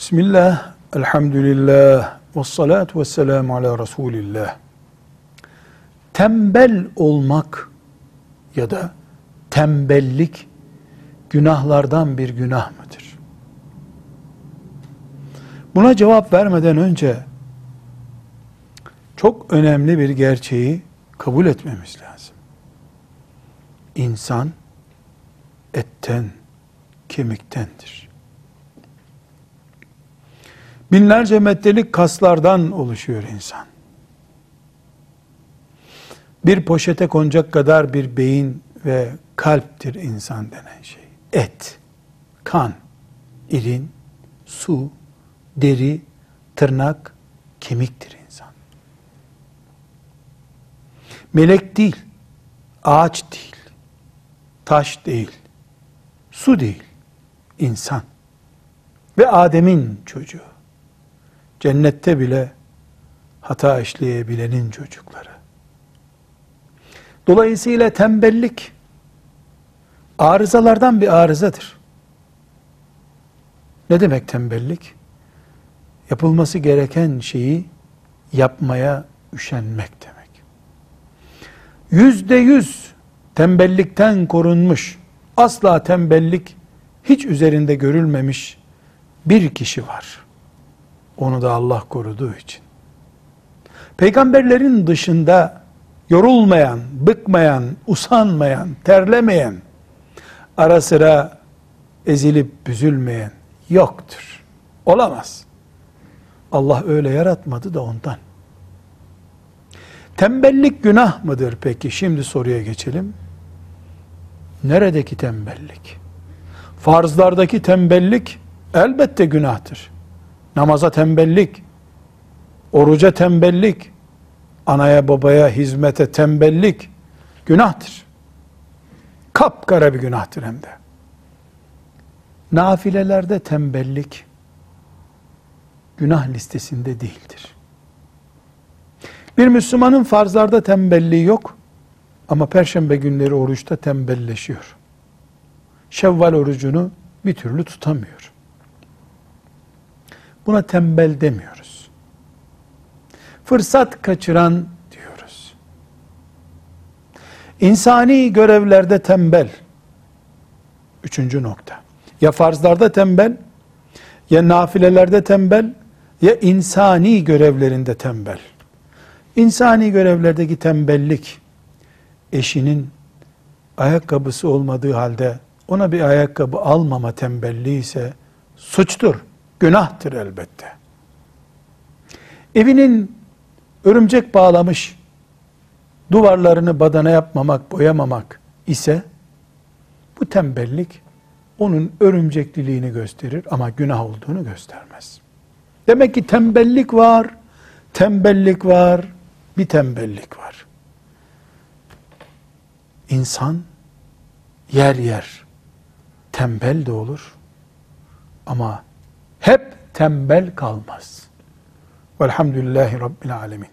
Bismillah, elhamdülillah, ve salatu ve selamu ala Resulillah. Tembel olmak ya da tembellik günahlardan bir günah mıdır? Buna cevap vermeden önce çok önemli bir gerçeği kabul etmemiz lazım. İnsan etten, kemiktendir. Binlerce metrelik kaslardan oluşuyor insan. Bir poşete konacak kadar bir beyin ve kalptir insan denen şey. Et, kan, irin, su, deri, tırnak, kemiktir insan. Melek değil, ağaç değil, taş değil, su değil, insan. Ve Adem'in çocuğu. Cennette bile hata işleyebilenin çocukları. Dolayısıyla tembellik arızalardan bir arızadır. Ne demek tembellik? Yapılması gereken şeyi yapmaya üşenmek demek. %100 tembellikten korunmuş, asla tembellik hiç üzerinde görülmemiş bir kişi var. Onu da Allah koruduğu için. Peygamberlerin dışında yorulmayan, bıkmayan, usanmayan, terlemeyen, ara sıra ezilip büzülmeyen yoktur. Olamaz. Allah öyle yaratmadı da ondan. Tembellik günah mıdır peki? Şimdi soruya geçelim. Neredeki tembellik? Farzlardaki tembellik elbette günahtır. Namaza tembellik, oruca tembellik, anaya babaya hizmete tembellik günahtır. Kapkara bir günahtır hem de. Nafilelerde tembellik günah listesinde değildir. Bir Müslümanın farzlarda tembelliği yok ama perşembe günleri oruçta tembelleşiyor. Şevval orucunu bir türlü tutamıyor. Buna tembel demiyoruz. Fırsat kaçıran diyoruz. İnsani görevlerde tembel. Üçüncü nokta. Ya farzlarda tembel, ya nafilelerde tembel, ya insani görevlerinde tembel. İnsani görevlerdeki tembellik, eşinin ayakkabısı olmadığı halde ona bir ayakkabı almama tembelliği ise suçtur. Günahtır elbette. Evinin örümcek bağlamış, duvarlarını badana yapmamak, boyamamak ise bu tembellik onun örümcekliliğini gösterir ama günah olduğunu göstermez. Demek ki tembellik var, tembellik var, bir tembellik var. İnsan yer yer tembel de olur ama hep tembel kalmaz. Velhamdülillahi Rabbil alemin.